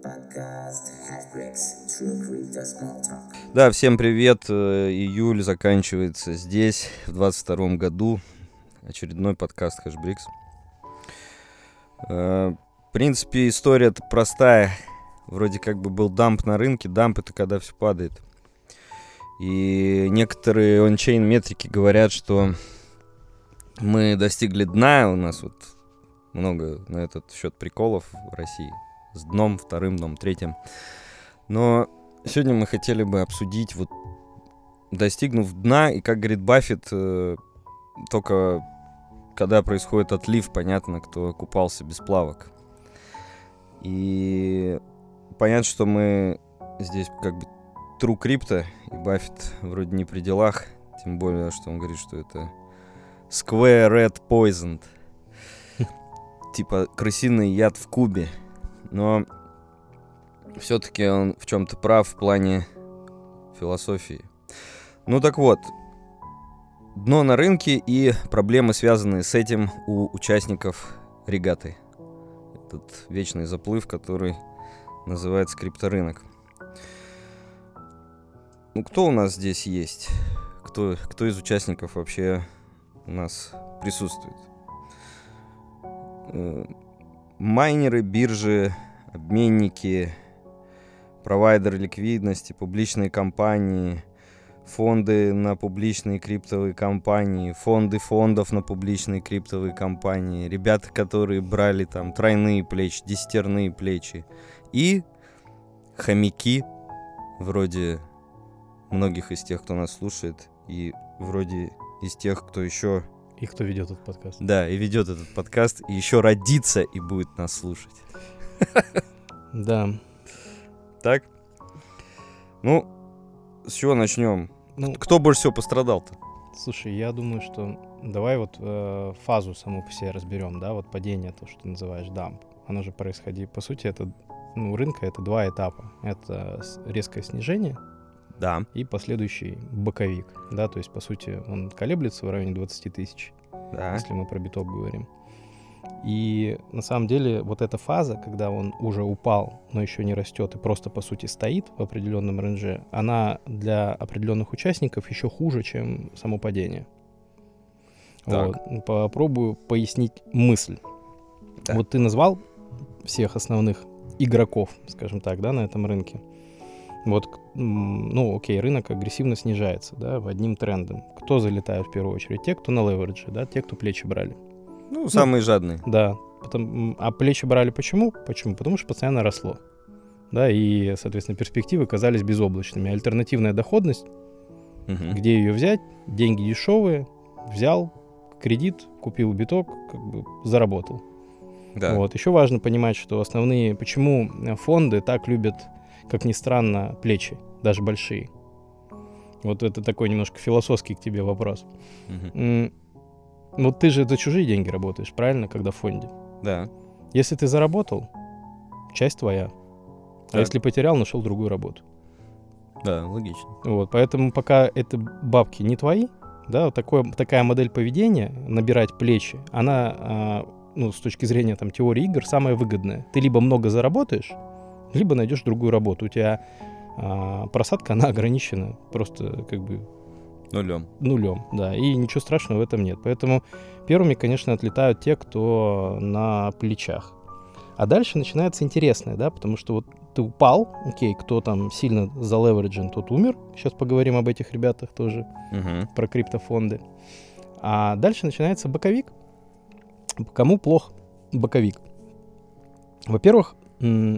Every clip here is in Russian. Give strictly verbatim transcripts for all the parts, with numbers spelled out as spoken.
Подкаст Hashbricks, True Crypto Small Talk. Да, всем привет. Июль заканчивается здесь, в двадцать втором году. Очередной подкаст Hashbricks. В принципе, история-то простая. Вроде как бы был дамп на рынке. Дамп — это когда все падает. И некоторые ончейн метрики говорят, что мы достигли дна. У нас вот много на этот счет приколов в России. С дном, вторым дном, третьим. Но сегодня мы хотели бы обсудить, вот достигнув дна, и, как говорит Баффет, э, только когда происходит отлив, понятно, кто купался без плавок. И понятно, что мы здесь как бы true crypto, и Баффет вроде не при делах, тем более, что он говорит, что это square red poisoned. Типа крысиный яд в кубе. Но все-таки он в чем-то прав в плане философии. Ну так вот, дно на рынке и проблемы, связанные с этим у участников регаты. Этот вечный заплыв, который называется крипторынок. Ну кто у нас здесь есть? Кто, кто из участников вообще у нас присутствует? Майнеры, биржи, обменники, провайдеры ликвидности, публичные компании, фонды на публичные криптовые компании, фонды фондов на публичные криптовые компании, ребята, которые брали там тройные плечи, десятерные плечи, и хомяки, вроде многих из тех, кто нас слушает, и вроде из тех, кто еще... И кто ведет этот подкаст. Да, и ведет этот подкаст, и еще родится и будет нас слушать. Да. Так? Ну, с чего начнем? Ну, Кто больше всего пострадал-то? слушай, я думаю, что давай вот э, фазу саму по себе разберем, да, вот падение, то, что ты называешь дамп. Оно же происходит, по сути, это, ну, у рынка это два этапа. Это резкое снижение, Да. и последующий боковик, да, то есть, по сути, он колеблется в районе двадцать тысяч, Да. если мы про биток говорим. И на самом деле вот эта фаза, когда он уже упал, но еще не растет и просто, по сути, стоит в определенном рейнже, она для определенных участников еще хуже, чем само падение. Так. Вот. Попробую пояснить мысль. Да. Вот ты назвал всех основных игроков, скажем так, да, на этом рынке. Вот, ну, окей, рынок агрессивно снижается, да, в одним трендом. Кто залетает в первую очередь? Те, кто на леверидже, да, те, кто плечи брали. Ну, самые ну, жадные. Да. Потом, а плечи брали почему? Почему? Потому что постоянно росло. Да, и, соответственно, перспективы казались безоблачными. Альтернативная доходность, Угу. где ее взять, деньги дешевые, взял кредит, купил биток, как бы заработал. Да. Вот. Еще важно понимать, что основные, почему фонды так любят, как ни странно, плечи, даже большие. Вот это такой немножко философский к тебе вопрос. Угу. Вот ты же за чужие деньги работаешь, правильно, когда в фонде? Да. Если ты заработал, часть твоя. А Так. если потерял, нашел другую работу. Да, логично. Вот, поэтому пока это бабки не твои, да, вот такое, такая модель поведения, набирать плечи, она, а, ну, с точки зрения там, теории игр, самая выгодная. Ты либо много заработаешь, либо найдешь другую работу. У тебя а, просадка, она ограничена просто как бы Нулем. нулем, да, и ничего страшного в этом нет. Поэтому первыми, конечно, отлетают те, кто на плечах. А дальше начинается интересное, да, потому что вот ты упал, окей, кто там сильно залевериджен, тот умер. Сейчас поговорим об этих ребятах тоже, Угу. про криптофонды. А дальше начинается боковик. Кому плох боковик? Во-первых, м-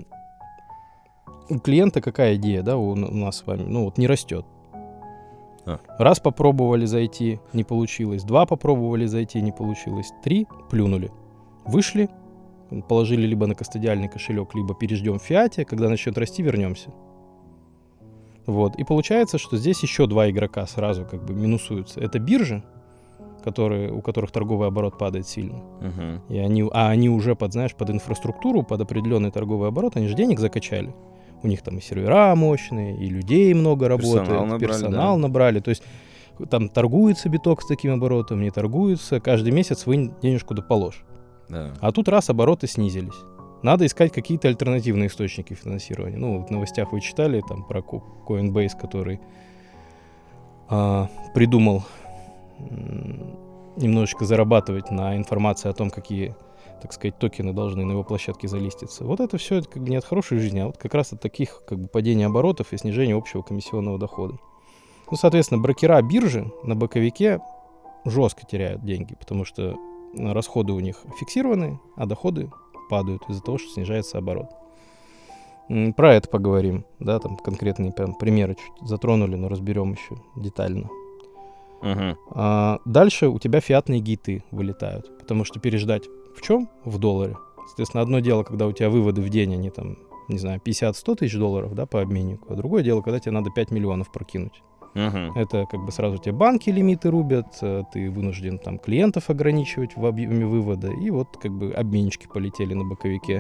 у клиента какая идея, да, у, у нас с вами? Ну вот не растет. А. Раз попробовали зайти, не получилось. Два попробовали зайти, не получилось. Три плюнули. Вышли, положили либо на кастодиальный кошелек, либо переждем в фиате. Когда начнет расти, вернемся. Вот. И получается, что здесь еще два игрока сразу как бы минусуются. Это биржи, которые, у которых торговый оборот падает сильно. Угу. И они, а они уже под, знаешь, под инфраструктуру, под определенный торговый оборот, они же денег закачали. У них там и сервера мощные, и людей много работает, Персонал набрали, персонал да. набрали. То есть там торгуется биток с таким оборотом, не торгуется. Каждый месяц вы денежку доположь. Да. А тут раз обороты снизились. Надо искать какие-то альтернативные источники финансирования. Ну, в новостях вы читали там про Coinbase, который а, придумал м, немножечко зарабатывать на информации о том, какие, так сказать, токены должны на его площадке залиститься. Вот это все как бы не от хорошей жизни, а вот как раз от таких как бы падения оборотов и снижения общего комиссионного дохода. Ну, соответственно, брокера биржи на боковике жестко теряют деньги, потому что расходы у них фиксированные, а доходы падают из-за того, что снижается оборот. Про это поговорим, да, там конкретные прям примеры чуть затронули, но разберем еще детально. Угу. А дальше у тебя фиатные гейты вылетают, потому что переждать в чем? В долларе. Соответственно, одно дело, когда у тебя выводы в день, они там, не знаю, пятьдесят-сто тысяч долларов, да, по обменнику, а другое дело, когда тебе надо пять миллионов прокинуть. Угу. Это как бы сразу тебе банки лимиты рубят, ты вынужден там клиентов ограничивать в объеме вывода, и вот как бы обменнички полетели на боковике.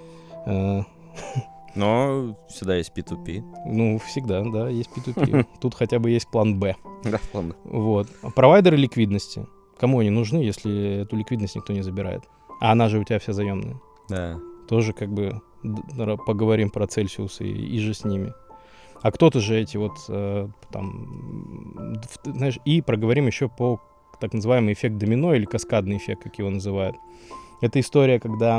Но всегда есть пи ту пи. Ну, всегда, да, есть пи ту пи. Тут хотя бы есть план Б. Да, план Б. Вот. Провайдеры ликвидности. Кому они нужны, если эту ликвидность никто не забирает? А она же у тебя вся заемная. Да. Тоже как бы поговорим про Цельсиус и, и же с ними. А кто-то же эти вот э, там, знаешь, и проговорим еще по так называемый эффект домино или каскадный эффект, как его называют. Это история, когда,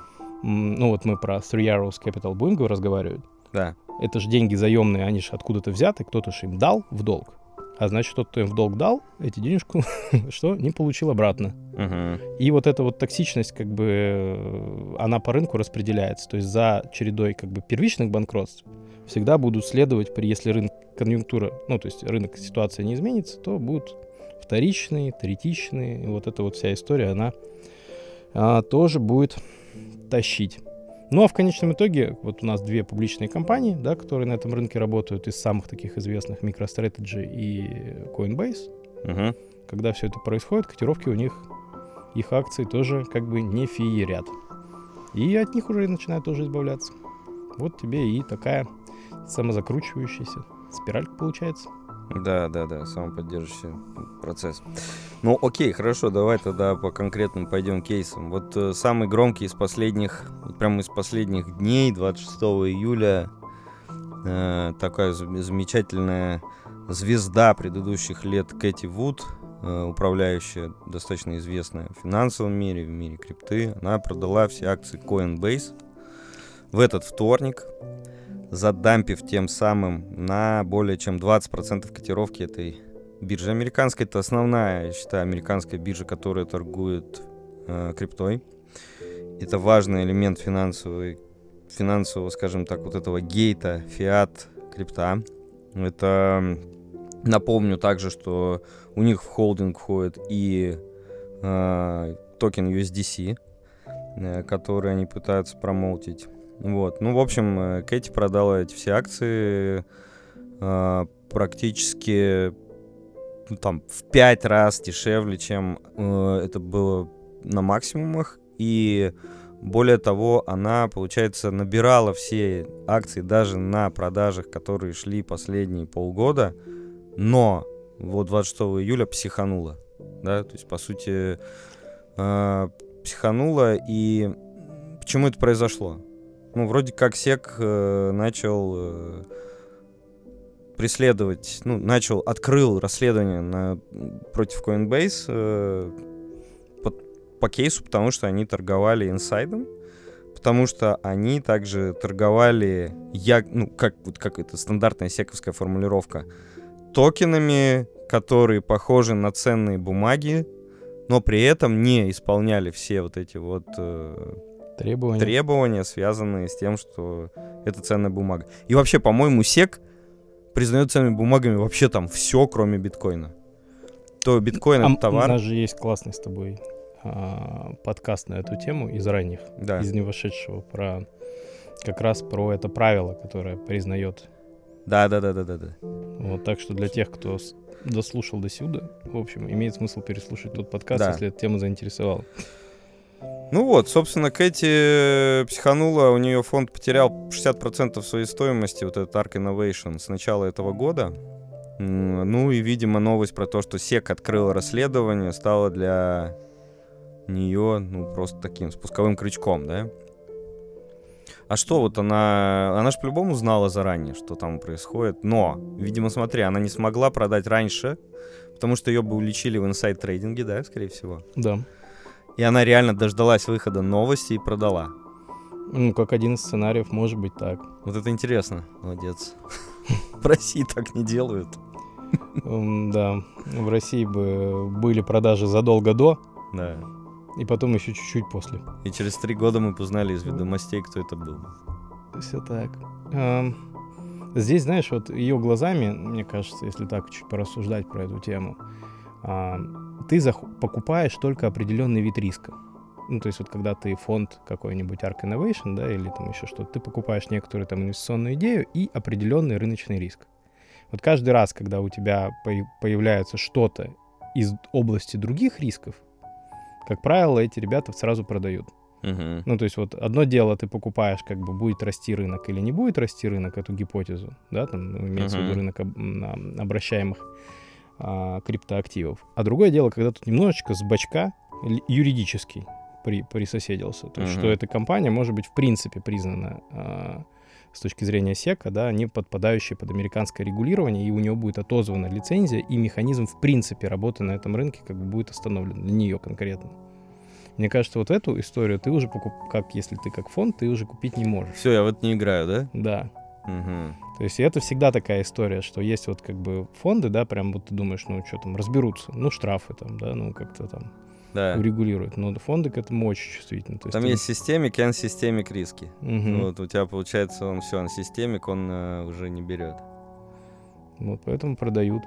м, ну вот мы про Three Arrows Capital будем разговаривать. Да. Это же деньги заемные, они же откуда-то взяты, кто-то же им дал в долг. А значит, тот, кто им в долг дал, эти денежку, что, не получил обратно. Угу. И вот эта вот токсичность, как бы, она по рынку распределяется. То есть за чередой, как бы, первичных банкротств всегда будут следовать, при, если рынок, конъюнктура, ну, то есть рынок, ситуация не изменится, то будут вторичные, третичные. И вот эта вот вся история, она а, тоже будет тащить. Ну, а в конечном итоге, вот у нас две публичные компании, да, которые на этом рынке работают, из самых таких известных MicroStrategy и Coinbase. Угу. Когда все это происходит, котировки у них, их акции тоже как бы не феерят. И от них уже начинают тоже избавляться. Вот тебе и такая самозакручивающаяся спиралька получается. Да, да, да, самоподдерживающий процесс. Ну, окей, хорошо, давай тогда по конкретным пойдем кейсам. Вот э, самый громкий из последних, вот прямо из последних дней, двадцать шестого июля, э, такая замечательная звезда предыдущих лет Кэти Вуд, э, управляющая, достаточно известная в финансовом мире, в мире крипты, она продала все акции Coinbase в этот вторник, задампив тем самым на более чем двадцать процентов котировки этой биржи. Американская — это основная, я считаю, американская биржа, которая торгует э, криптой. Это важный элемент финансовой, финансового, скажем так, вот этого гейта, фиат, крипта. Это, напомню также, что у них в холдинг входит и э, токен ю эс ди си, э, который они пытаются промоутить. Вот. Ну, в общем, Кэти продала эти все акции э, практически ну, там, в пять раз дешевле, чем э, это было на максимумах. И более того, она, получается, набирала все акции даже на продажах, которые шли последние полгода, но вот двадцать шестого июля психанула. Да? То есть, по сути, э, психанула. И почему это произошло? Ну, вроде как сек э, начал э, преследовать, ну, начал, открыл расследование на, против Coinbase э, по, по кейсу, потому что они торговали инсайдом, потому что они также торговали, я, ну, как, вот, как это стандартная сековская формулировка, токенами, которые похожи на ценные бумаги, но при этом не исполняли все вот эти вот... Э, Требования. Требования, связанные с тем, что это ценная бумага. И вообще, по-моему, сек признает ценными бумагами вообще там все, кроме биткоина. То биткоин — а это товар. У нас же есть классный с тобой а, подкаст на эту тему из ранних, Да. из невошедшего, про как раз про это правило, которое признает. Да, да, да, да, да, да. Вот, так что для тех, кто с- дослушал до сюда, в общем, имеет смысл переслушать тот подкаст, Да. если эта тема заинтересовала. Ну вот, собственно, Кэти психанула, у нее фонд потерял шестьдесят процентов своей стоимости, вот этот Ark Innovation, с начала этого года. Ну и, видимо, новость про то, что сек открыла расследование, стала для нее, ну, просто таким спусковым крючком, да? А что вот она... Она же по-любому знала заранее, что там происходит. Но, видимо, смотри, она не смогла продать раньше, потому что ее бы уличили в инсайд-трейдинге, да, скорее всего. Да. И она реально дождалась выхода новости и продала. Ну, как один из сценариев, может быть так. Вот это интересно. Молодец. В России так не делают. М, Да, в России бы были продажи задолго до, Да. и потом еще чуть-чуть после. И через три года мы познали из ведомостей, кто это был. Все так. Ам, Здесь, знаешь, вот ее глазами, мне кажется, если так чуть порассуждать про эту тему, а, ты зах- покупаешь только определенный вид риска. Ну, то есть вот когда ты фонд какой-нибудь Ark Innovation, да, или там еще что-то, ты покупаешь некоторую там инвестиционную идею и определенный рыночный риск. Вот каждый раз, когда у тебя появ- появляется что-то из области других рисков, как правило, эти ребята сразу продают. Угу. Ну, то есть вот одно дело ты покупаешь, как бы будет расти рынок или не будет расти рынок, эту гипотезу, да, там ну, имеется в виду Мгм. рынок об- м, обращаемых а, криптоактивов. А другое дело, когда тут немножечко с бочка л- юридически при, присоседился. То есть, Мгм. что эта компания может быть в принципе признана а, с точки зрения сека, да, не подпадающей под американское регулирование, и у нее будет отозвана лицензия, и механизм в принципе работы на этом рынке как бы будет остановлен для нее конкретно. Мне кажется, вот эту историю ты уже покуп... как если ты как фонд, ты уже купить не можешь. Все, я в это не играю, да? Да. Угу. То есть и это всегда такая история, что есть вот как бы фонды, да, прям вот ты думаешь, ну что там, разберутся, ну штрафы там, да, ну как-то там Да. урегулируют. Но фонды к этому очень чувствительны. То есть Там ты- есть системик и ансистемик риски. Мгм. Вот у тебя получается он все, ансистемик, он э, уже не берет. Вот поэтому продают.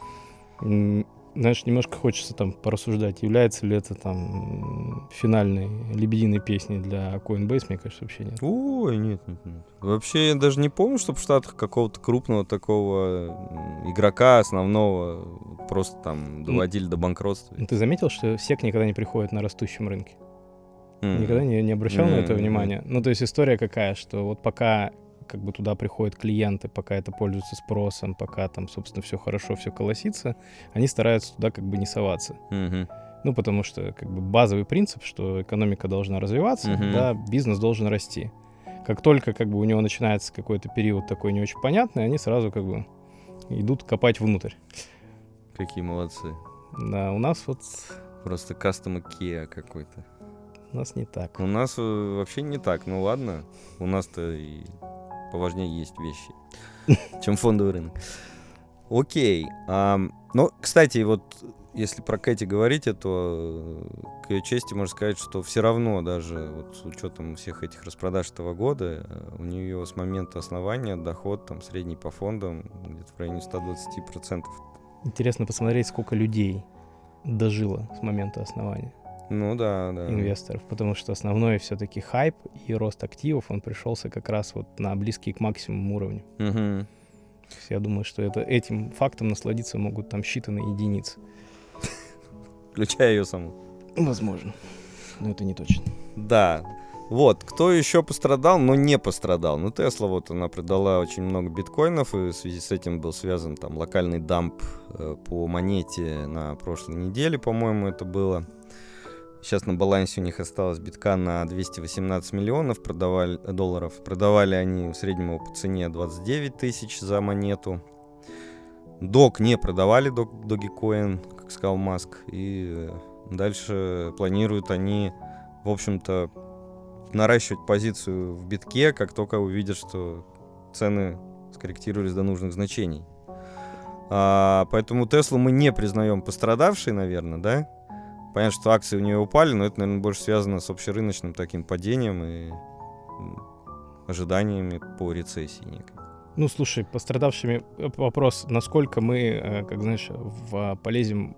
М, Знаешь, немножко хочется там порассуждать, является ли это там м, финальной лебединой песней для Coinbase, мне кажется, вообще нет. Ой, нет, нет, нет. Вообще я даже не помню, чтобы в Штатах какого-то крупного такого м, игрока основного просто там доводили до банкротства. Ну, ты заметил, что сек никогда не приходит на растущем рынке? М. Никогда не, не обращал на это М, внимания? Ну, то есть история какая, что вот пока как бы туда приходят клиенты, пока это пользуется спросом, пока там, собственно, все хорошо, все колосится, они стараются туда как бы не соваться. Мгм. Ну, потому что как бы базовый принцип, что экономика должна развиваться, Мгм. да, бизнес должен расти. Как только как бы у него начинается какой-то период такой не очень понятный, они сразу как бы идут копать внутрь. Какие молодцы. Да, у нас вот Просто кастом Kia какой-то. у нас не так. У нас э, вообще не так. Ну ладно, у нас-то и поважнее есть вещи, чем фондовый рынок. Окей. ам, Ну, кстати, вот если про Кэти говорить, то э, к ее чести можно сказать, что все равно даже вот с учетом всех этих распродаж этого года, э, у нее с момента основания доход там средний по фондам где-то в районе сто двадцать процентов. Интересно посмотреть, сколько людей дожило с момента основания Ну да, да. инвесторов, потому что основной все-таки хайп и рост активов, он пришелся как раз вот на близкий к максимуму уровню. Мгм. То есть я думаю, что это, этим фактом насладиться могут там считанные единицы. Включая ее саму. Возможно, но это не точно. Да. Вот, кто еще пострадал, но не пострадал. Ну, Тесла, вот она продала очень много биткоинов, и в связи с этим был связан там локальный дамп э, по монете на прошлой неделе, по-моему, это было. Сейчас на балансе у них осталось битка на двести восемнадцать миллионов продавали, долларов. Продавали они в среднем по цене двадцать девять тысяч за монету. Док не продавали, Dogecoin, как сказал Маск. И э, дальше планируют они, в общем-то, наращивать позицию в битке, как только увидят, что цены скорректировались до нужных значений. А, поэтому Теслу мы не признаем пострадавшей, наверное, да? Понятно, что акции у нее упали, но это, наверное, больше связано с общерыночным таким падением и м, ожиданиями по рецессии некой. Ну, слушай, пострадавшими э, вопрос, насколько мы, э, как знаешь, в, полезем...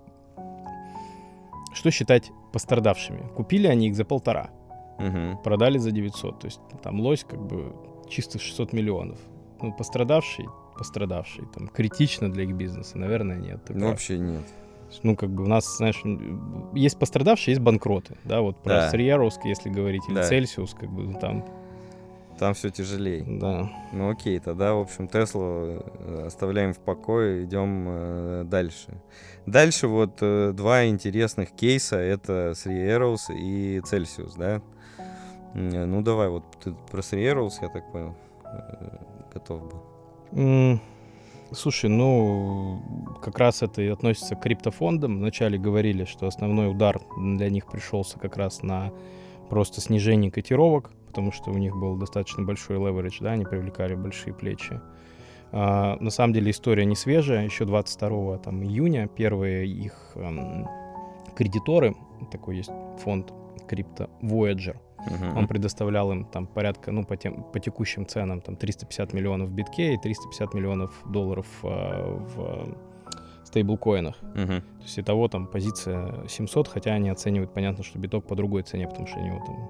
Что считать пострадавшими? Купили они их за полтора, Угу. продали за девятьсот, то есть там лось как бы чисто шестьсот миллионов. Ну, пострадавший, пострадавший, там, критично для их бизнеса, наверное, нет. Ты Ну, прав. вообще нет. Ну, как бы у нас, знаешь, м, есть пострадавшие, есть банкроты, да, вот про Да. Сриеровск, если говорить, или Да. Цельсиус, как бы ну, там, Там все тяжелее. да. Ну окей, тогда, в общем, Теслу э, оставляем в покое, идем э, дальше. Дальше вот э, два интересных кейса, это Three Arrows и Celsius, да. Не, ну давай, вот ты про Three Arrows, я так понял, э, готов был. М, Слушай, ну, как раз это и относится к криптофондам. Вначале говорили, что основной удар для них пришелся как раз на просто снижение котировок, потому что у них был достаточно большой леверидж, да, они привлекали большие плечи. А, на самом деле история не свежая. Еще двадцать второго там, июня первые их эм, кредиторы, такой есть фонд Crypto Voyager, Мгм. он предоставлял им там порядка, ну, по, тем, по текущим ценам, там, триста пятьдесят миллионов в битке и триста пятьдесят миллионов долларов э, в э, стейблкоинах. Мгм. То есть итого там позиция семьсот, хотя они оценивают, понятно, что биток по другой цене, потому что они его там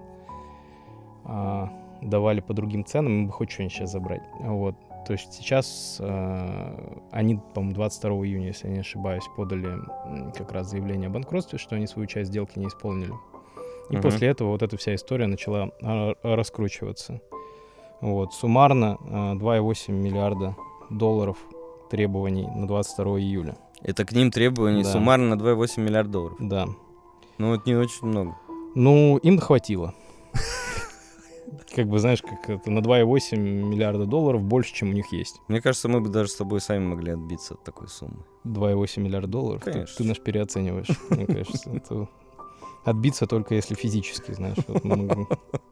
а, давали по другим ценам, им бы хоть что-нибудь сейчас забрать. Вот. То есть сейчас э, они, по-моему, двадцать второго июня, если я не ошибаюсь, подали м, как раз заявление о банкротстве, что они свою часть сделки не исполнили. И Мгм. после этого вот эта вся история начала а, раскручиваться. Вот. Суммарно э, два и восемь миллиарда долларов требований на двадцать второго июля. Это к ним требования Да. суммарно на два и восемь миллиарда долларов. Да. Ну, это не очень много. Ну, им хватило. Как бы, знаешь, как это на два и восемь миллиарда долларов больше, чем у них есть. Мне кажется, мы бы даже с тобой сами могли отбиться от такой суммы. два и восемь миллиарда долларов? Ты- Конечно. Ты, наш переоцениваешь, мне кажется. Это отбиться только если физически, знаешь. Вот мы можем-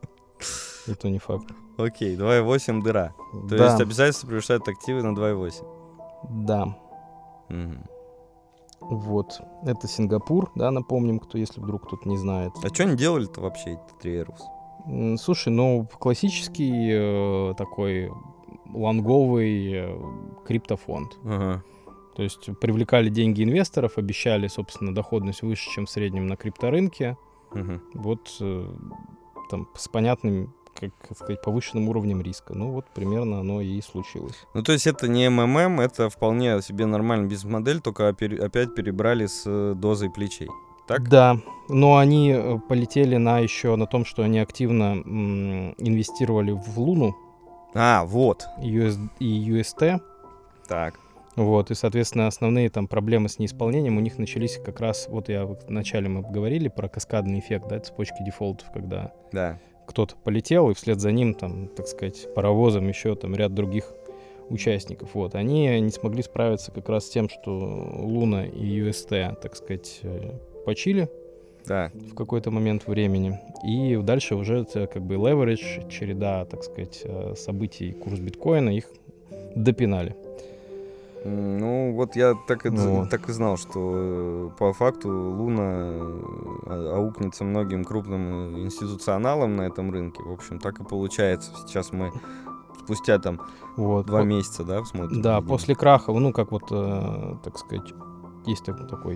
И то не факт. Окей, два и восемь дыра. То Да, есть обязательства превышают активы на два и восемь. да. Мгм. Вот. Это Сингапур, да, напомним, кто, если вдруг кто-то не знает. А что они делали-то вообще, эти Three Arrows? М, Слушай, ну, классический э, такой лонговый э, криптофонд. Ага. То есть привлекали деньги инвесторов, обещали, собственно, доходность выше, чем в среднем на крипторынке. Мгм. Вот э, там с понятным, как сказать, повышенным уровнем риска. Ну вот примерно оно и случилось. Ну, то есть это не эм эм эм, это вполне себе нормальная бизнес-модель, только опер- опять перебрали с э, дозой плечей. Так? Да, но они э, полетели на еще на том, что они активно м, инвестировали в Луну А, вот. и ю эс и ю эс ти. Так. Вот, и, соответственно, основные там проблемы с неисполнением у них начались как раз, вот я вот вначале мы говорили про каскадный эффект, да, цепочки дефолтов, когда Да. кто-то полетел, и вслед за ним, там, так сказать, паровозом еще там ряд других участников. Вот, они не смогли справиться как раз с тем, что Луна и ю эс ти, так сказать, э, почили Да. в какой-то момент времени. И дальше уже это как бы leverage, череда, так сказать, э, событий, курс биткоина, их допинали. М, Ну, вот я так и, дз- Вот. так и знал, что э, по факту Луна э, а- аукнется многим крупным э, институционалам на этом рынке. В общем, так и получается. Сейчас мы спустя там Вот. два По- месяца, да, смотрим? Да, видим. после краха, ну, как вот, э, так сказать, есть так- такой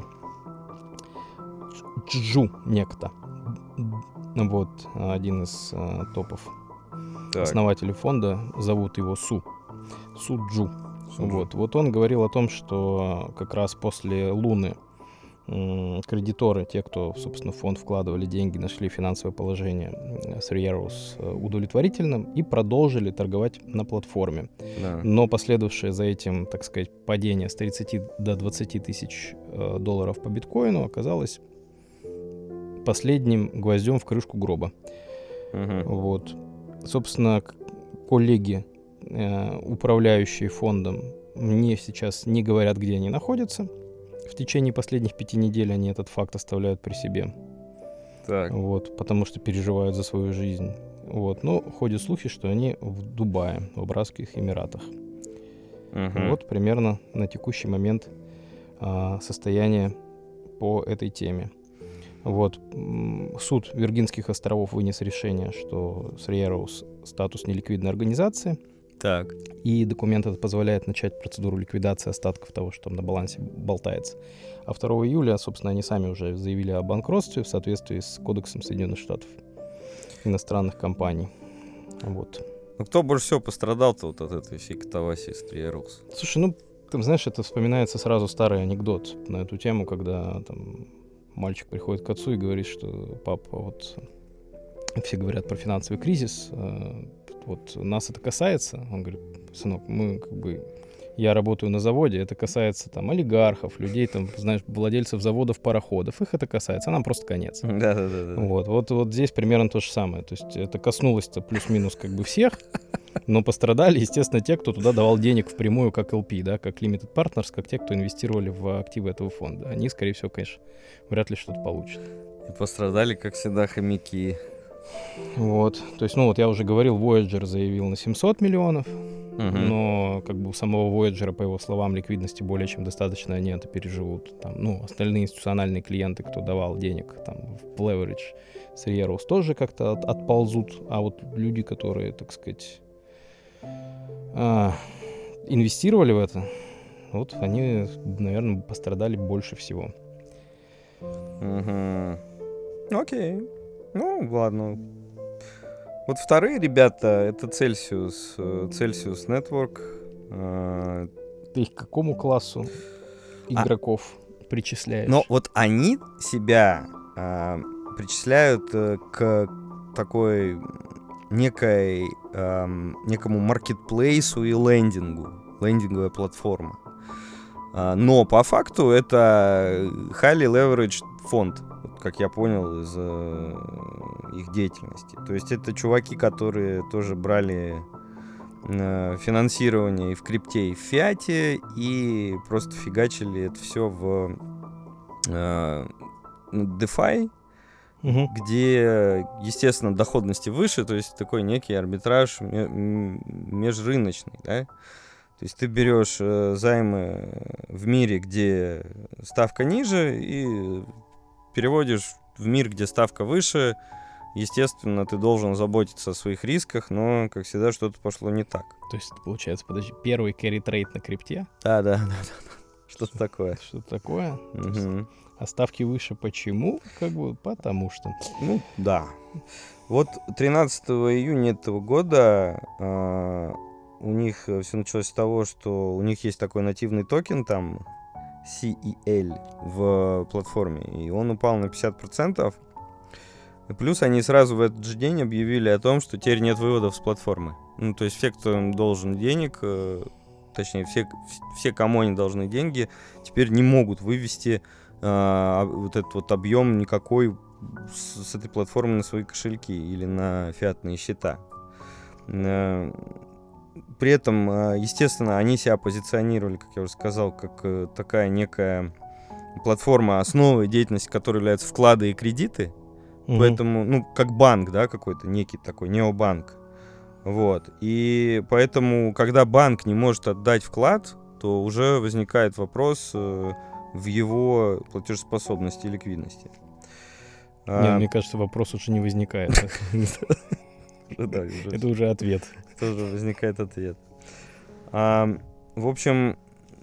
Джу некто. Вот, один из э, топов Так. основателей фонда, зовут его Су. Су Джу. Су Джу. Вот. Вот он говорил о том, что как раз после Луны м, кредиторы, те, кто, собственно, в фонд вкладывали деньги, нашли финансовое положение э, Three Arrows э, удовлетворительным и продолжили торговать на платформе. Да. Но последовавшее за этим, так сказать, падение с тридцати до двадцати тысяч э, долларов по биткоину оказалось последним гвоздем в крышку гроба. Мгм. Вот. Собственно, к- коллеги, э, управляющие фондом, мне сейчас не говорят, где они находятся. В течение последних пяти недель они этот факт оставляют при себе. Так. Вот, потому что переживают за свою жизнь. Вот. Но ходят слухи, что они в Дубае, в Арабских Эмиратах. Мгм. Вот примерно на текущий момент а, состояние по этой теме. Вот. м, Суд Виргинских островов вынес решение, что Three Arrows статус неликвидной организации, Так. и документ этот позволяет начать процедуру ликвидации остатков того, что там на балансе болтается. А второго июля, собственно, они сами уже заявили о банкротстве в соответствии с Кодексом Соединенных Штатов иностранных компаний. Вот. Ну, кто больше всего пострадал-то вот от этой всей катавасии с Three Arrows? Слушай, ну, там, знаешь, это вспоминается сразу старый анекдот на эту тему, когда там мальчик приходит к отцу и говорит, что папа, вот все говорят про финансовый кризис, э, вот нас это касается. Он говорит, сынок, мы как бы я работаю на заводе, это касается там олигархов, людей, там, знаешь, владельцев заводов, пароходов. Их это касается, а нам просто конец. Да-да-да. Вот, вот, вот здесь примерно то же самое. То есть это коснулось-то плюс-минус как бы всех, но пострадали, естественно, те, кто туда давал денег впрямую, как эл пи, да, как Limited Partners, как те, кто инвестировали в активы этого фонда. Они, скорее всего, конечно, вряд ли что-то получат. И пострадали, как всегда, хомяки. Вот, то есть, ну вот я уже говорил, Voyager заявил на семьсот миллионов, Угу. но как бы у самого Voyager, по его словам, ликвидности более чем достаточно, они это переживут. Там, ну, остальные институциональные клиенты, кто давал денег там, в leverage с Rieros, тоже как-то от- отползут, а вот люди, которые, так сказать, а, инвестировали в это, вот они, наверное, пострадали больше всего. Угу. Окей. Ну, ладно. Вот вторые ребята, это Celsius, э, Celsius Network. э, Ты их к какому классу игроков причисляешь? Но вот они себя э, причисляют э, к такой некой, эм, некому маркетплейсу и лендингу, лендинговая платформа. А, но по факту это highly leveraged фонд, вот как я понял из э, их деятельности. То есть это чуваки, которые тоже брали э, финансирование и в крипте, и в фиате, и просто фигачили это все в э, DeFi, Мгм. где, естественно, доходности выше, то есть такой некий арбитраж ме- м- межрыночный, да? То есть ты берешь э, займы в мире, где ставка ниже, и переводишь в мир, где ставка выше. Естественно, ты должен заботиться о своих рисках, но, как всегда, что-то пошло не так. То есть, получается, подожди, первый carry трейд на крипте? Да, да, да, да. Что-то такое. Что-то такое? Мгм. А ставки выше почему? Как бы потому что. Ну, да. Вот тринадцатого июня этого года э, у них все началось с того, что у них есть такой нативный токен, там, си и эл в платформе, и он упал на пятьдесят процентов. И плюс они сразу в этот же день объявили о том, что теперь нет выводов с платформы. Ну, то есть все, кто им должен денег, э, точнее, все, все, кому они должны деньги, теперь не могут вывести э, вот этот вот объем никакой с, с этой платформы на свои кошельки или на фиатные счета. Э, при этом, э, естественно, они себя позиционировали, как я уже сказал, как э, такая некая платформа, основой деятельности которой являются вклады и кредиты. Мгм. Поэтому, ну, как банк, да, какой-то некий такой необанк. Вот. И поэтому, когда банк не может отдать вклад, то уже возникает вопрос э, в его платежеспособности и ликвидности. Не, А, мне кажется, вопрос уже не возникает. да, уже Это уже ответ. тоже возникает ответ. А, в общем,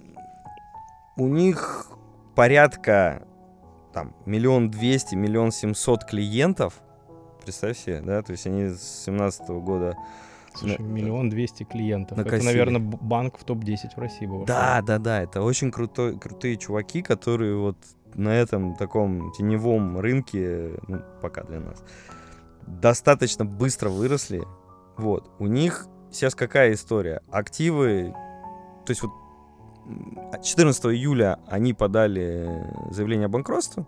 у них порядка там миллион двести, миллион семьсот клиентов. Представь себе, да, то есть они с семнадцатого года. Слушай, на- миллион двести клиентов. накосили. Это, наверное, б- банк в топ десять в России был. Да, да, да, это очень крутой, крутые чуваки, которые вот на этом таком теневом рынке, ну, пока для нас, достаточно быстро выросли. Вот, у них сейчас какая история? Активы, то есть вот м, четырнадцатого июля они подали заявление о банкротстве,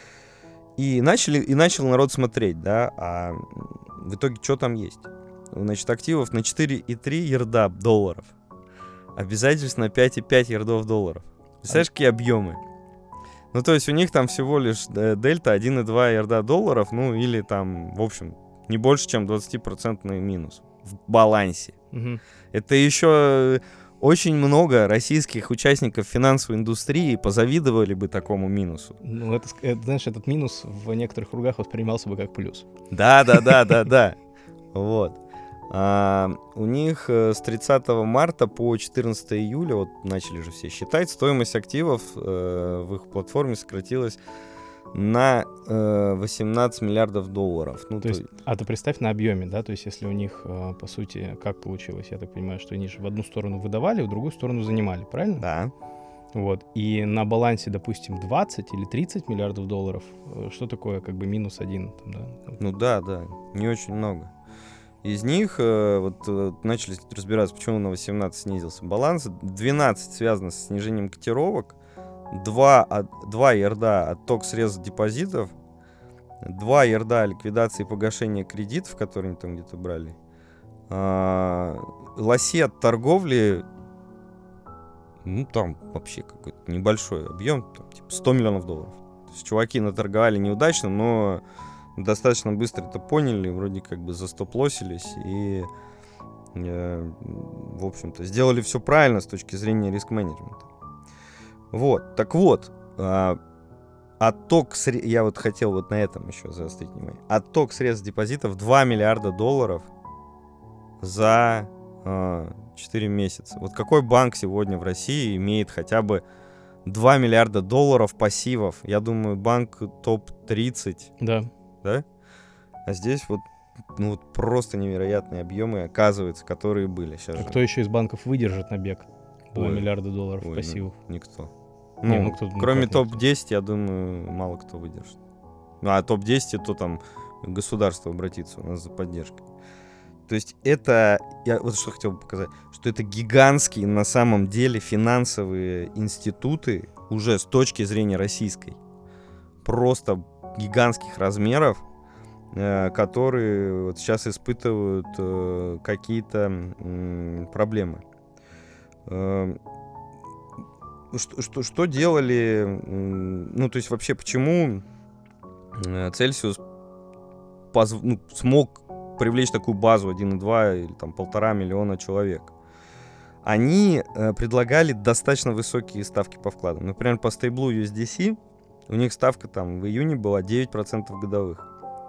и начали, и начал народ смотреть, да, а в итоге что там есть? Значит, активов на четыре и три ярда долларов. Обязательств на пять и пять ярдов долларов. Представляешь, какие объемы? Ну, то есть у них там всего лишь э, дельта один и два ярда долларов, ну, или там, в общем, не больше, чем двадцать процентов минус в балансе. Мгм. Это еще очень много российских участников финансовой индустрии позавидовали бы такому минусу. Ну, это, ск- это, знаешь, этот минус в некоторых кругах воспринимался бы как плюс. Да, да, да, да, да. Вот. А, у них э, с тридцатого марта по четырнадцатого июля, вот начали же все считать, стоимость активов э, в их платформе сократилась на э, восемнадцать миллиардов долларов. Ну, То есть, а ты представь на объеме, да, то есть если у них, э, по сути, как получилось, я так понимаю, что они же в одну сторону выдавали, в другую сторону занимали, правильно? да. Вот, и на балансе, допустим, двадцать или тридцать миллиардов долларов, э, что такое как бы минус один, там, да? Ну да, да, не очень много. Из них э, вот э, начали разбираться, почему на восемнадцать снизился баланс. двенадцать связано с снижением котировок, два, от, два ярда отток средств депозитов, два ярда ликвидации и погашения кредитов, которые они там где-то брали, а, лоси от торговли, ну там вообще какой-то небольшой объем, там, типа сто миллионов долларов. То есть чуваки наторговали неудачно, но достаточно быстро это поняли, вроде как бы застоп-лоссились и, э, в общем-то, сделали все правильно с точки зрения риск-менеджмента. Вот, так вот, э, отток, сред... я вот хотел вот на этом еще заострить внимание, отток средств депозитов два миллиарда долларов за э, четыре месяца. Вот какой банк сегодня в России имеет хотя бы два миллиарда долларов пассивов? Я думаю, банк топ тридцать. Да. Да? А здесь вот, ну, вот просто невероятные объемы, оказывается, которые были. Сейчас А же... кто еще из банков выдержит набег? два Ой. миллиарда долларов Ой, пассивов. Ну, никто. Не, Ну, ну, кто, ну, кроме как топ никто? десять, я думаю, мало кто выдержит. Ну, а топ десять, то там государство обратится у нас за поддержкой. То есть это, я вот что хотел бы показать, что это гигантские на самом деле финансовые институты уже с точки зрения российской. Просто гигантских размеров, которые вот сейчас испытывают э, какие-то м, проблемы. Э, что, что, что делали, м, ну, то есть вообще почему Celsius позв... ну, смог привлечь такую базу один и два или там полтора миллиона человек? Они э, предлагали достаточно высокие ставки по вкладам. Например, по стейблу ю эс ди си у них ставка там в июне была девять процентов годовых.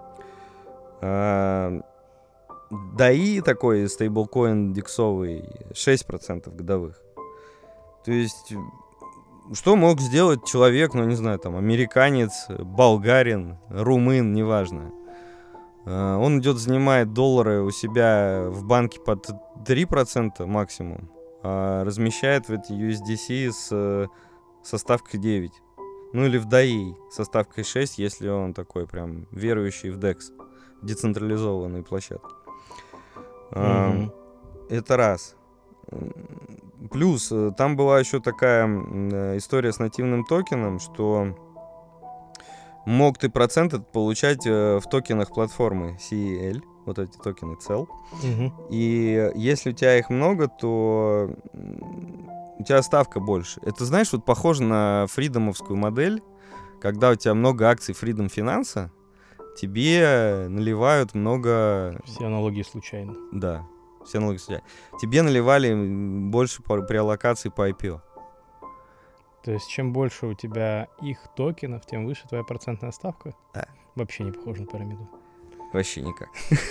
ди эй такой стейблкоин диксовый шесть процентов годовых. То есть, что мог сделать человек, ну не знаю, там, американец, болгарин, румын, неважно. Он идет, занимает доллары у себя в банке под три процента максимум, а размещает в эти ю эс ди си с, со ставкой девять. Ну или в ди эй со ставкой шесть, если он такой прям верующий в декс. Децентрализованные площадки. Mm-hmm. Это раз. Плюс там была еще такая история с нативным токеном, что мог ты процент получать в токенах платформы си и эл, вот эти токены цел. Mm-hmm. И если у тебя их много, то у тебя ставка больше. Это, знаешь, вот похоже на фридомовскую модель, когда у тебя много акций Freedom Finance, тебе наливают много... Все аналогии случайно. Да, все аналогии случайно. Тебе наливали больше по, при аллокации по ай пи о. То есть чем больше у тебя их токенов, тем выше твоя процентная ставка? Да. Вообще не похоже на пирамиду. Вообще никак.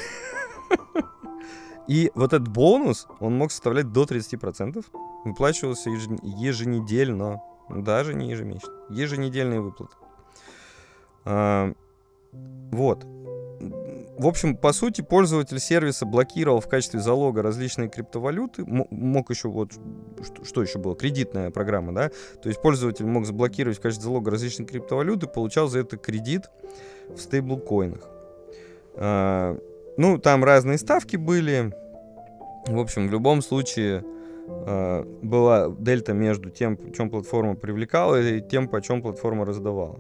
И вот этот бонус, он мог составлять до тридцать процентов. Выплачивался еженедельно, даже не ежемесячно. Еженедельные выплаты. А, вот. В общем, по сути, пользователь сервиса блокировал в качестве залога различные криптовалюты. М- мог еще вот... Что, что еще было? Кредитная программа, да? То есть пользователь мог заблокировать в качестве залога различные криптовалюты, получал за это кредит в стейблкоинах. А, ну, там разные ставки были. В общем, в любом случае а, была дельта между тем, по чем платформа привлекала, и тем, по чем платформа раздавала.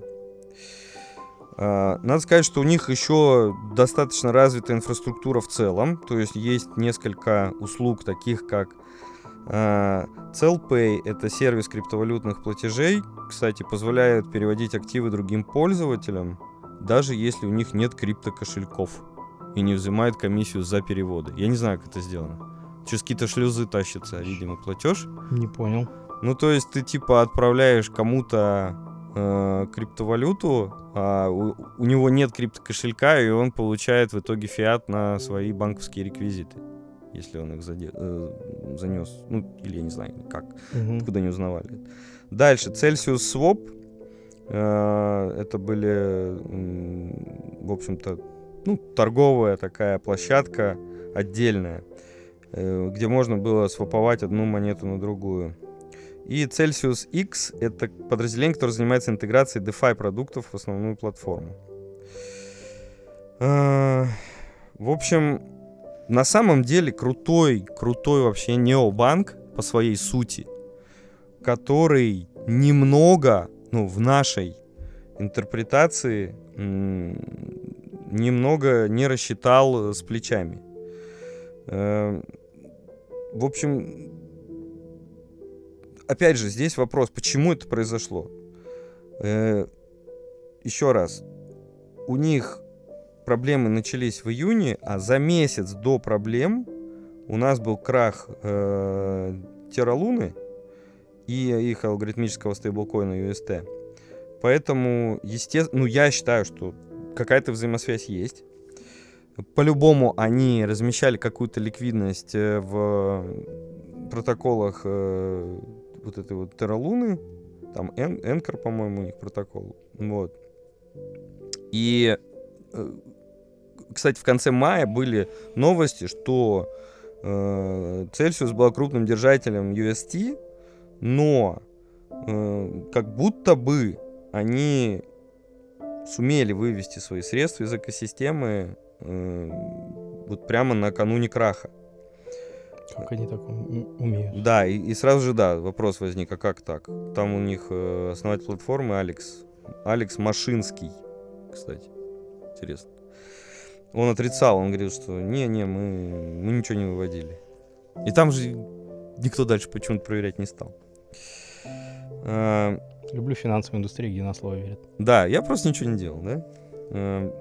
Надо сказать, что у них еще достаточно развита инфраструктура в целом, то есть есть несколько услуг, таких как CellPay, это сервис криптовалютных платежей, кстати, позволяет переводить активы другим пользователям, даже если у них нет криптокошельков и не взимает комиссию за переводы. Я не знаю, как это сделано. Через какие-то шлюзы тащится, видимо, платеж. Не понял. Ну, то есть ты типа отправляешь кому-то э, криптовалюту, а у, у него нет криптокошелька, и он получает в итоге фиат на свои банковские реквизиты, если он их заде, э, занес. Ну, или я не знаю, как, Угу. откуда не узнавали. Дальше, Celsius Swap. Э, это были, э, в общем-то, ну, торговая такая площадка отдельная, э, где можно было сваповать одну монету на другую. И Celsius X — это подразделение, которое занимается интеграцией DeFi продуктов в основную платформу. В общем, на самом деле крутой, крутой вообще необанк по своей сути, который немного, ну, в нашей интерпретации м- немного не рассчитал с плечами. Э- в общем, опять же, здесь вопрос, почему это произошло? Э- еще раз, у них проблемы начались в июне, а за месяц до проблем у нас был крах э, Terra Luna и их алгоритмического стейблкоина ю эс ти. Поэтому, естественно, ну, я считаю, что какая-то взаимосвязь есть. По-любому они размещали какую-то ликвидность в протоколах э, вот этой вот Terra Luna, там Anchor, по-моему, у них протокол. Вот. И кстати, в конце мая были новости, что э, Celsius был крупным держателем ю эс ти, но э, как будто бы они сумели вывести свои средства из экосистемы э, вот прямо накануне краха. Как они так умеют? Да, и, и сразу же, да, вопрос возник, а как так? Там у них э, основатель платформы Алекс, Алекс Машинский, кстати, интересно. Он отрицал, он говорил, что не-не, мы, мы ничего не выводили. И там же никто дальше почему-то проверять не стал. А, Люблю финансовую индустрию, где на слово верят. да, я просто ничего не делал, да? А,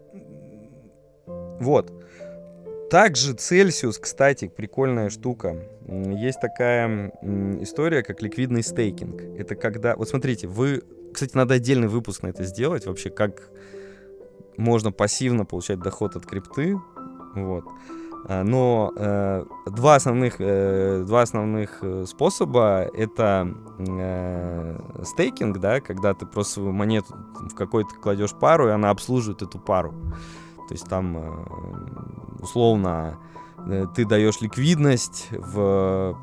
вот. Также Celsius, кстати, прикольная штука. Есть такая история, как ликвидный стейкинг. Это когда... Вот смотрите, вы... Кстати, надо отдельный выпуск на это сделать. Вообще, как... можно пассивно получать доход от крипты, вот. Но э, два основных, э, два основных способа — это э, стейкинг, да, когда ты просто свою монету в какой-то кладешь пару, и она обслуживает эту пару. То есть там э, условно э, ты даешь ликвидность в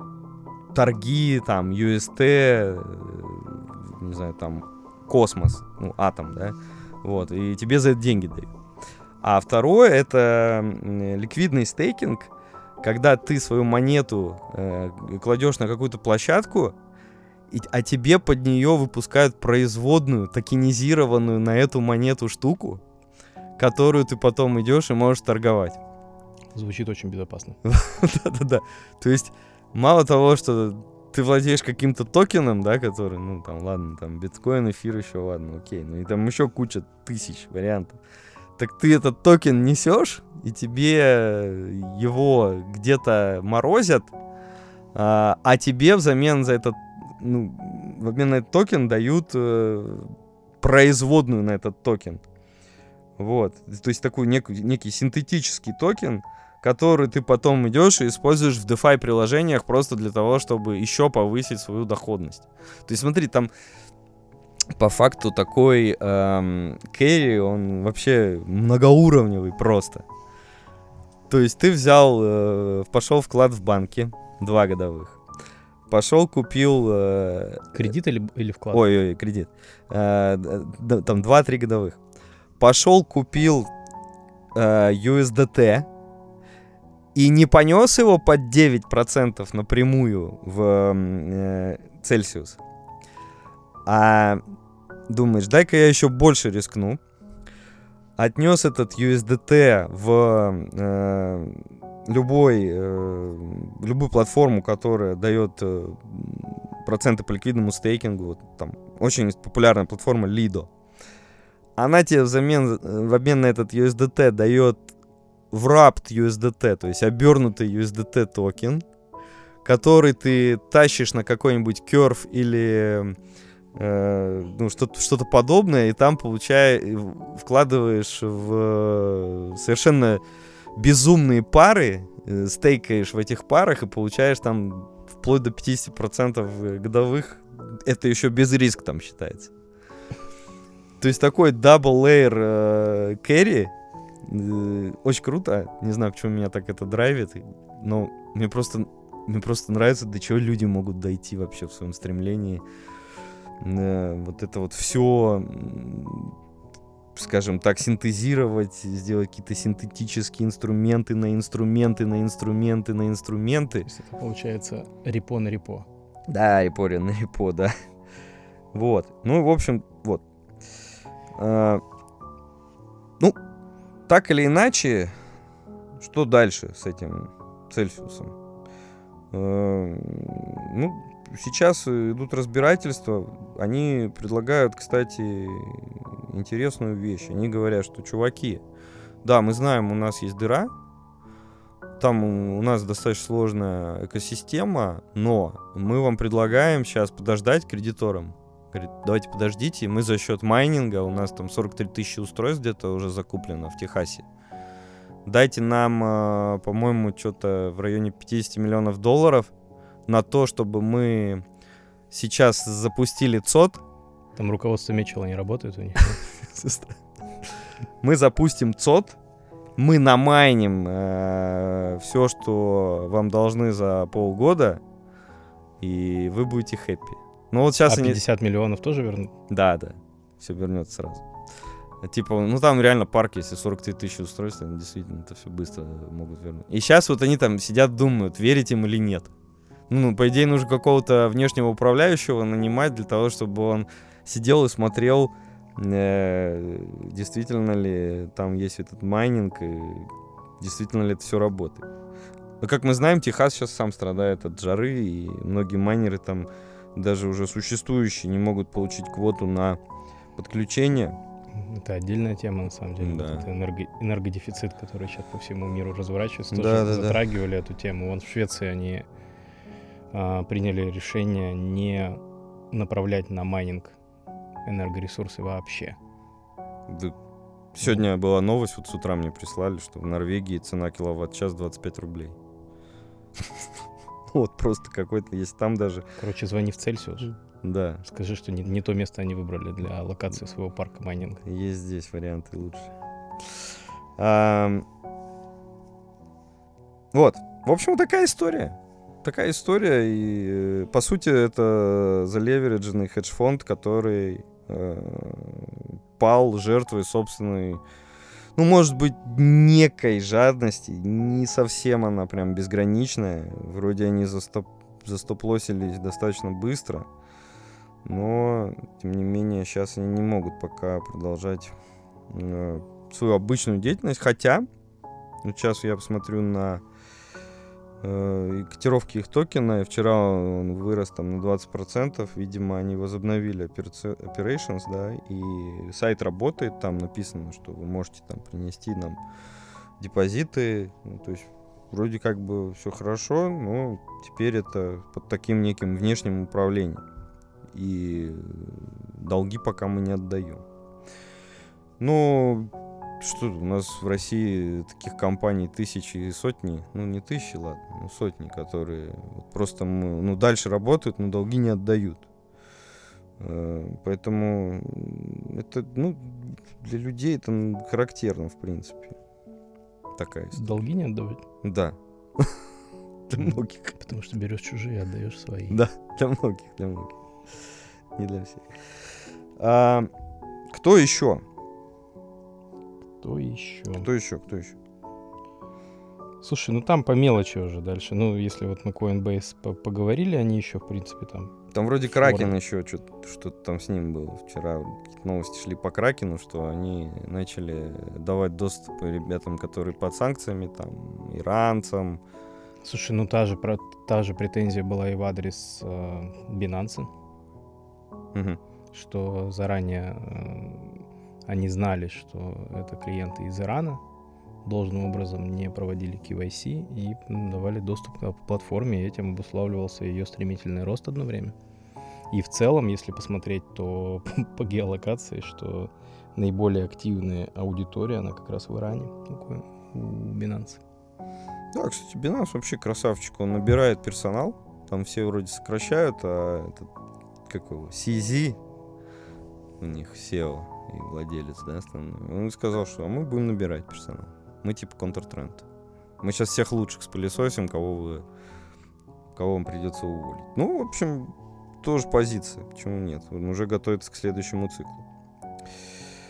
торги, там, ю эс ти, э, не знаю, там, космос, ну, атом, да, вот, и тебе за это деньги дают. А второе — это ликвидный стейкинг, когда ты свою монету э, кладешь на какую-то площадку, и, а тебе под нее выпускают производную, токенизированную на эту монету штуку, которую ты потом идешь и можешь торговать. Звучит очень безопасно. Да-да-да. То есть мало того, что ты владеешь каким-то токеном, да, который, ну, там, ладно, там, биткоин, эфир еще, ладно, окей, ну, и там еще куча тысяч вариантов. Так ты этот токен несешь, и тебе его где-то морозят, а, а тебе взамен за этот, ну, в обмен на этот токен дают э, производную на этот токен. Вот. То есть такой нек- некий синтетический токен, который ты потом идешь и используешь в DeFi приложениях просто для того, чтобы еще повысить свою доходность. То есть смотри, там по факту такой эм, керри, он вообще многоуровневый просто. То есть ты взял, э, пошел вклад в банке, два годовых. Пошел, купил... Э, кредит или, или вклад? Ой-ой, кредит. Э, э, там два-три годовых. Пошел, купил э, ю эс ди ти и не понес его под девять процентов напрямую в э, Celsius. А думаешь, дай-ка я еще больше рискну. Отнес этот ю эс ди ти в э, любой, э, любую платформу, которая дает э, проценты по ликвидному стейкингу. Вот, там очень популярная платформа Lido. Она тебе взамен, в обмен на этот ю эс ди ти дает wrapped ю эс ди ти, то есть обернутый ю эс ди ти токен, который ты тащишь на какой-нибудь Curve или э, ну, что-то, что-то подобное, и там получаешь, вкладываешь в совершенно безумные пары, э, стейкаешь в этих парах и получаешь там вплоть до пятьдесят процентов годовых. Это еще без риска там считается. То есть такой double layer э, carry э, очень круто. Не знаю, почему меня так это драйвит, но мне просто, мне просто нравится, до чего люди могут дойти вообще в своем стремлении. Э, вот это вот все скажем так, синтезировать, сделать какие-то синтетические инструменты на инструменты, на инструменты, на инструменты. То есть это получается репо на репо. Да, репо на репо, да. Вот. Ну, в общем, вот. А, ну, так или иначе, что дальше с этим Цельсиусом? А, ну, сейчас идут разбирательства. Они предлагают, кстати, интересную вещь. Они говорят, что, чуваки, да, мы знаем, у нас есть дыра, там у нас достаточно сложная экосистема, но мы вам предлагаем сейчас подождать кредиторам. Говорит, давайте подождите, мы за счет майнинга, у нас там сорок три тысячи устройств где-то уже закуплено в Техасе. Дайте нам, по-моему, что-то в районе пятьдесят миллионов долларов на то, чтобы мы сейчас запустили ЦОД. Там руководство Митчелла не работает у них. Мы запустим ЦОД, мы намайним э, все, что вам должны за полгода, и вы будете хэппи. Ну вот сейчас а они... пятьдесят миллионов тоже вернут? Да, да, все вернется сразу. Типа, ну там реально парк, если сорок три тысячи устройств, они действительно это все быстро могут вернуть. И сейчас вот они там сидят, думают, верить им или нет. Ну, по идее, нужно какого-то внешнего управляющего нанимать для того, чтобы он сидел и смотрел, э, действительно ли там есть этот майнинг, и действительно ли это все работает. Но, как мы знаем, Техас сейчас сам страдает от жары, и многие майнеры там, даже уже существующие, не могут получить квоту на подключение. Это отдельная тема, на самом деле. Да. Вот это энерго- энергодефицит, который сейчас по всему миру разворачивается. Да, Тоже да, затрагивали да. эту тему. Вон в Швеции они а, приняли решение не направлять на майнинг энергоресурсы вообще. Да. Сегодня была новость, вот с утра мне прислали, что в Норвегии цена киловатт-час двадцать пять рублей. Вот просто какой-то есть там даже. Короче, звони в Цельсиус. Да. Скажи, что не, не то место они выбрали для локации своего парка майнинга. Есть здесь варианты лучше. А, вот. В общем, такая история. Такая история. И, по сути, это залеверидженный хедж-фонд, который э, пал жертвой собственной, ну, может быть, некой жадности. Не совсем она прям безграничная. Вроде они застоп, застоплосились достаточно быстро. Но, тем не менее, сейчас они не могут пока продолжать э, свою обычную деятельность. Хотя, вот сейчас я посмотрю на э, котировки их токена. И вчера он вырос там на двадцать процентов. Видимо, они возобновили operations, да, и сайт работает. Там написано, что вы можете там принести нам депозиты. Ну, то есть, вроде как бы все хорошо, но теперь это под таким неким внешним управлением. И долги пока мы не отдаем. Ну, что у нас в России таких компаний тысячи и сотни, ну не тысячи, ладно, но сотни, которые просто мы, ну, дальше работают, но долги не отдают. Поэтому это, ну, для людей это характерно, в принципе. Такая история. Долги не отдавать? Да. Для многих. Потому что берешь чужие, отдаешь свои. Да, для многих, для многих. Не для всех. А, кто еще? Кто еще? Кто еще? Кто еще? Слушай, ну там по мелочи уже дальше. Ну, если вот мы Coinbase по- поговорили, они еще, в принципе, там... Там вроде Кракен еще, что-то, что-то там с ним было. Вчера какие-то новости шли по Кракену, что они начали давать доступ ребятам, которые под санкциями, там, иранцам. Слушай, ну та же, про, та же претензия была и в адрес э, Binance. Угу. Что заранее э, они знали, что это клиенты из Ирана, должным образом не проводили кей вай си и давали доступ к платформе, и этим обуславливался ее стремительный рост одно время. И в целом, если посмотреть, то по геолокации, что наиболее активная аудитория, она как раз в Иране у Binance. Да, кстати, Binance вообще красавчик, он набирает персонал, там все вроде сокращают, а этот как его, си зет, у них сео и владелец, да, основной, он сказал, что а мы будем набирать персонал. Мы типа контртренд. Мы сейчас всех лучших спылесосим, кого вы, кого вам придется уволить. Ну, в общем, тоже позиция, почему нет? Он уже готовится к следующему циклу.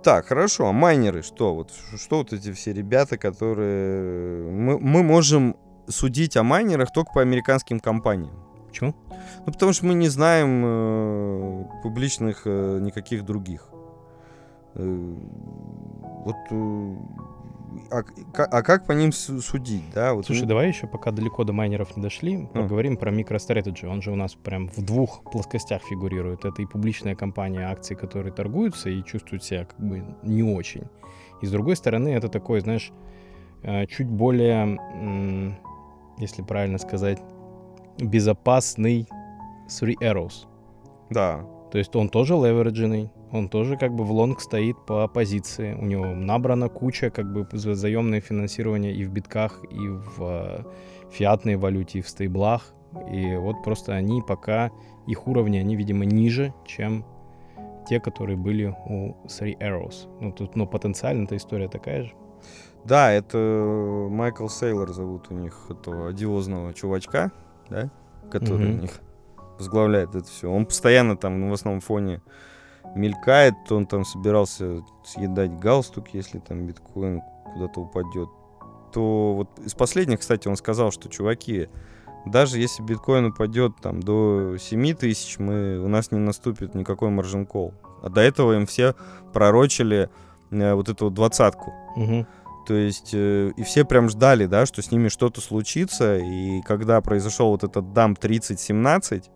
Так, хорошо, а майнеры что? Вот что вот эти все ребята, которые... Мы, мы можем судить о майнерах только по американским компаниям. Почему? Ну, потому что мы не знаем э, публичных э, никаких других. Э, вот... Э, а, а как по ним судить, да? Вот Слушай, мы... давай еще, пока далеко до майнеров не дошли, поговорим про MicroStrategy. Он же у нас прям в двух плоскостях фигурирует. Это и публичная компания, акции, которые торгуются и чувствуют себя как бы не очень. И с другой стороны, это такой, знаешь, чуть более, если правильно сказать, безопасный Three Arrows. Да. То есть он тоже левередженный, он тоже как бы в лонг стоит по позиции. У него набрана куча как бы заемное финансирование и в битках, и в э, фиатной валюте, и в стейблах. И вот просто они пока, их уровни, они, видимо, ниже, чем те, которые были у Three Arrows. Ну, тут, но потенциально эта история такая же. Да, это Майкл Сейлор зовут у них, этого одиозного чувачка, да, который Mm-hmm. у них возглавляет это все. Он постоянно там в основном фоне мелькает, он там собирался съедать галстук, если там биткоин куда-то упадет. То вот из последних, кстати, он сказал, что, чуваки, даже если биткоин упадет там до семь тысяч, мы, у нас не наступит никакой маржин колл. А до этого им все пророчили э, вот эту вот двадцатку. Угу. То есть, э, и все прям ждали, да, что с ними что-то случится. И когда произошел вот этот дамп тридцать семнадцать,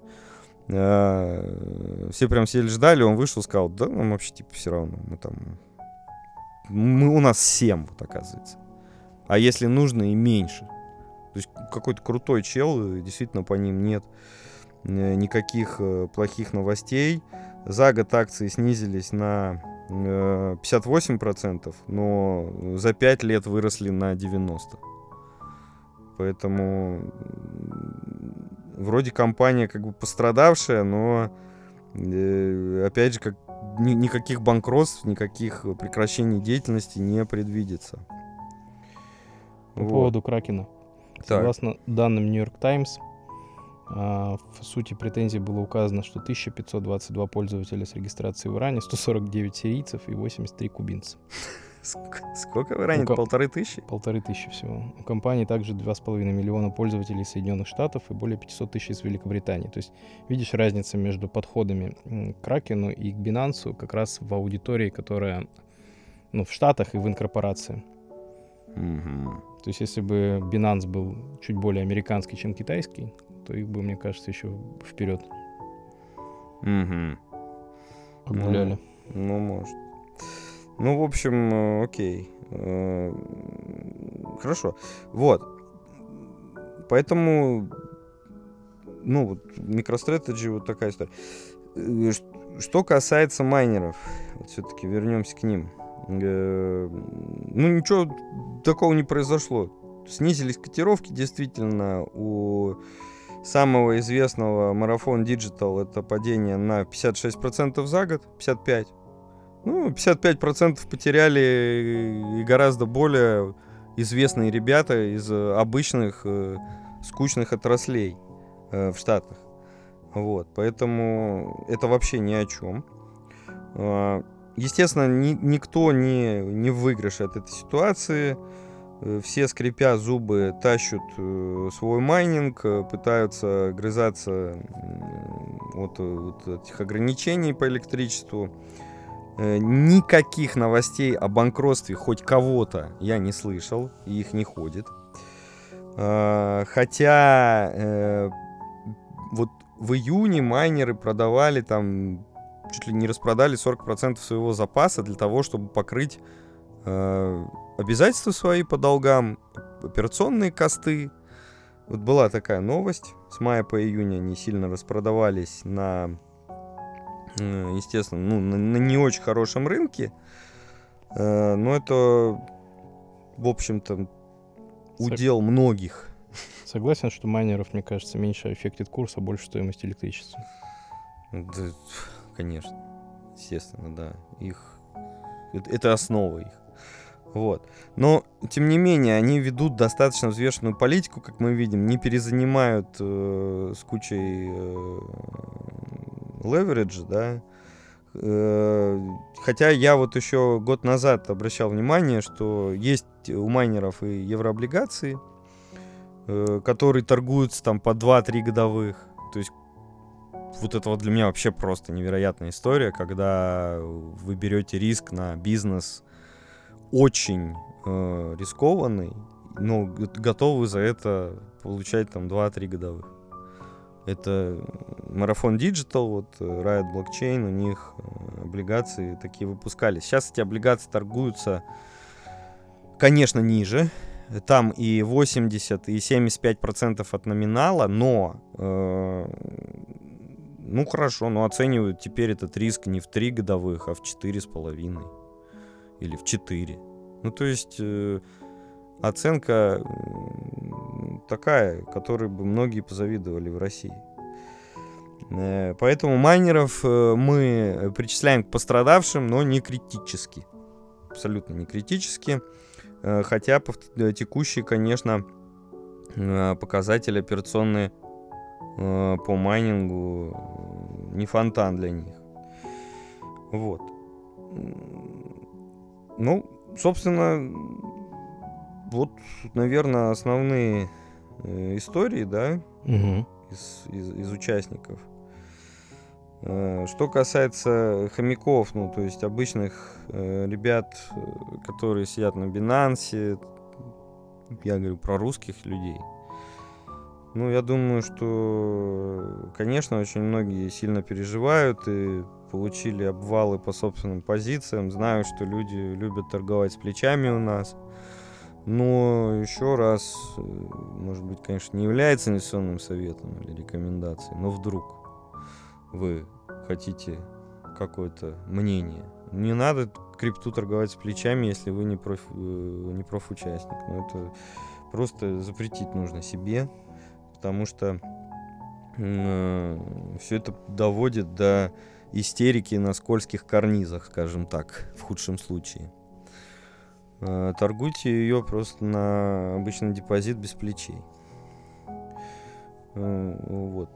э, все прям сидели, ждали, он вышел, сказал, да, нам вообще типа все равно, мы там, мы, у нас семь, вот оказывается. А если нужно, и меньше. То есть какой-то крутой чел, действительно по ним нет э, никаких э, плохих новостей. За год акции снизились на э, пятьдесят восемь процентов, но за пять лет выросли на девяносто процентов. Поэтому вроде компания как бы пострадавшая, но э, опять же, как, ни, никаких банкротств, никаких прекращений деятельности не предвидится. По Вот. поводу Кракена. Так. Согласно данным New York Times, в сути претензий было указано, что тысяча пятьсот двадцать два пользователя с регистрацией в Иране, сто сорок девять сирийцев и восемьдесят три кубинца. Сколько в Иране? Ну, Полторы тысячи? Полторы тысячи всего. У компании также два с половиной миллиона пользователей из Соединенных Штатов и более пятьсот тысяч из Великобритании. То есть видишь разницу между подходами к Кракену и к Binance как раз в аудитории, которая ну, в Штатах и в инкорпорации. Угу. То есть если бы Binance был чуть более американский, чем китайский, то их бы, мне кажется, еще вперед Угу. погуляли. Ну, ну, может. Ну, в общем, окей. Хорошо. Вот. Поэтому, ну, вот, MicroStrategy вот такая история. Что касается майнеров, вот все-таки вернемся к ним. Ну, ничего такого не произошло. Снизились котировки, действительно, у самого известного Marathon Digital это падение на пятьдесят шесть процентов за год, пятьдесят пять процентов. Ну, пятьдесят пять процентов потеряли и гораздо более известные ребята из обычных э, скучных отраслей э, в Штатах. Вот, поэтому это вообще ни о чем. Э, естественно, ни, никто не, не в выигрыше от этой ситуации. Все, скрипя зубы, тащат э, свой майнинг, пытаются грызаться от, от этих ограничений по электричеству. Э, никаких новостей о банкротстве хоть кого-то я не слышал, и их не ходит. Э, хотя э, вот в июне майнеры продавали там, чуть ли не распродали сорок процентов своего запаса для того, чтобы покрыть э, обязательства свои по долгам, операционные косты. Вот была такая новость. С мая по июнь они сильно распродавались на, естественно, ну, на, на не очень хорошем рынке. Но это, в общем-то, удел многих. Согласен, что майнеров, мне кажется, меньше аффектит курс, а больше стоимость электричества. Да, конечно. Естественно, да. Их... Это, это основа их. Вот. Но, тем не менее, они ведут достаточно взвешенную политику, как мы видим, не перезанимают э, с кучей э, левериджа, да, Хотя я вот еще год назад обращал внимание, что есть у майнеров и еврооблигации, которые торгуются там по два-три годовых. То есть вот это вот для меня вообще просто невероятная история, когда вы берете риск на бизнес очень э, рискованный, но готовы за это получать там два-три годовых. Это Marathon Digital, вот Riot Blockchain, у них облигации такие выпускались. Сейчас эти облигации торгуются, конечно, ниже. Там и восемьдесят, и семьдесят пять процентов от номинала, но, э, ну хорошо, но оценивают теперь этот риск не в три годовых, а в четыре с половиной или в четыре. Ну то есть э, оценка такая, которой бы многие позавидовали в России. Э, поэтому майнеров э, мы причисляем к пострадавшим, но не критически. Абсолютно не критически. Хотя текущие, конечно, показатели операционные по майнингу не фонтан для них. Вот. Ну, собственно, вот, наверное, основные истории, да, угу. из, из, из участников. Что касается хомяков, ну, то есть обычных э, ребят, которые сидят на Binance, я говорю про русских людей. Ну, я думаю, что, конечно, очень многие сильно переживают и получили обвалы по собственным позициям. Знаю, что люди любят торговать с плечами у нас. Но еще раз, может быть, конечно, не является инвестиционным советом или рекомендацией, но вдруг вы хотите какое-то мнение. Не надо крипту торговать с плечами, если вы не, проф, не профучастник. Но это просто запретить нужно себе, потому что э, все это доводит до истерики на скользких карнизах, скажем так, в худшем случае. Э, торгуйте ее просто на обычный депозит без плечей. Э, вот.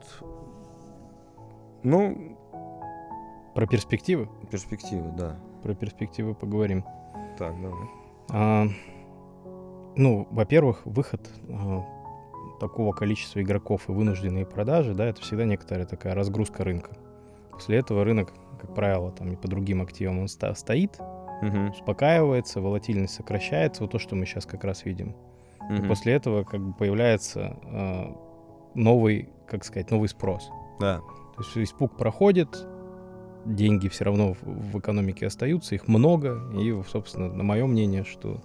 Ну, про перспективы? Перспективы, да. Про перспективы поговорим. Так, давай. А, ну, во-первых, выход а, такого количества игроков и вынужденные продажи, да, это всегда некоторая такая разгрузка рынка. После этого рынок, как правило, там и по другим активам он ста- стоит, угу. успокаивается, волатильность сокращается, вот то, что мы сейчас как раз видим. Угу. И после этого как бы появляется а, новый, как сказать, новый спрос. Да. То есть испуг проходит, деньги все равно в, в экономике остаются, их много. И, собственно, на мое мнение, что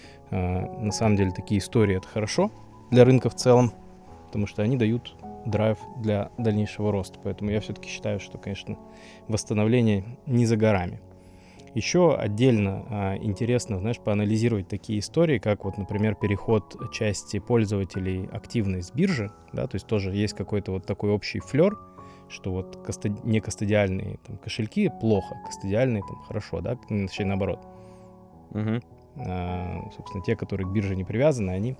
э, на самом деле такие истории — это хорошо для рынка в целом, потому что они дают драйв для дальнейшего роста. Поэтому я все-таки считаю, что, конечно, восстановление не за горами. Еще отдельно э, интересно, знаешь, поанализировать такие истории, как вот, например, переход части пользователей активной с биржи, да, то есть тоже есть какой-то вот такой общий флер, что вот кастод... не кастодиальные там, кошельки плохо, кастодиальные там хорошо, да, точнее наоборот. Угу. А, собственно, те, которые к бирже не привязаны, они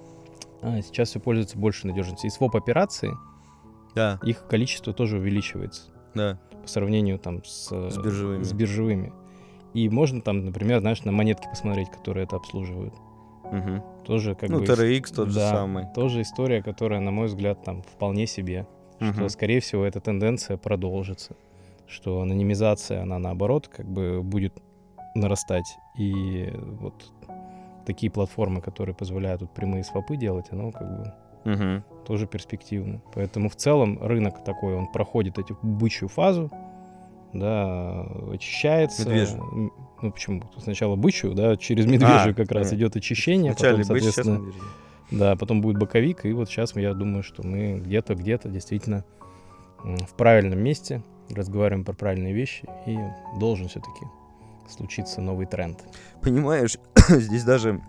а, сейчас все пользуются большей надежностью. И своп-операции, да. их количество тоже увеличивается. Да. По сравнению там с, с, биржевыми. с биржевыми. И можно там, например, знаешь, на монетки посмотреть, которые это обслуживают. Угу. Тоже как ну, бы... Ну, тэ эр икс тот да, же самый. Тоже история, которая, на мой взгляд, там вполне себе. Угу. Что, скорее всего, эта тенденция продолжится. Что анонимизация, она, наоборот, как бы будет нарастать. И вот такие платформы, которые позволяют вот прямые свопы делать, оно как бы угу. тоже перспективно. Поэтому в целом рынок такой, он проходит эту бычью фазу, да, очищается. Медвежью. Ну, почему? Сначала бычью, да, через медвежью а, как раз да. идет очищение. Вначале потом, бычь, сейчас соответственно, медвежью. Да, потом будет боковик, и вот сейчас я думаю, что мы где-то, где-то действительно в правильном месте разговариваем про правильные вещи, и должен все-таки случиться новый тренд. Понимаешь, здесь даже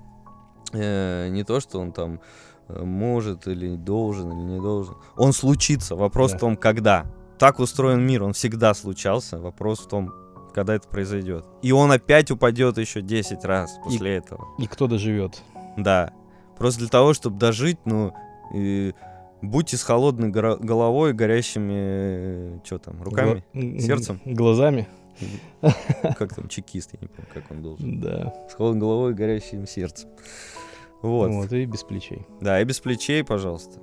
э, не то, что он там э, может или должен, или не должен. Он случится. Вопрос Да. в том, когда. Так устроен мир, он всегда случался. Вопрос в том, когда это произойдет. И он опять упадет еще десять раз после и, этого. И кто доживет. Да. Просто для того, чтобы дожить, ну, и будьте с холодной горо- головой, горящими, э, что там, руками, Гла- сердцем. Глазами. Как там, чекист, я не помню, как он должен. Да. С холодной головой и горящим сердцем. Вот. Вот, и без плечей. Да, и без плечей, пожалуйста.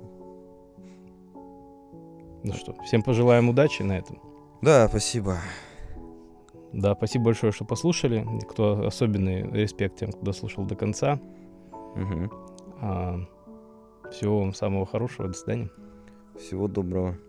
Ну что, всем пожелаем удачи на этом. Да, спасибо. Да, спасибо большое, что послушали. Кто особенный респект тем, кто дослушал до конца. Угу. А, всего вам самого хорошего. До свидания. Всего доброго.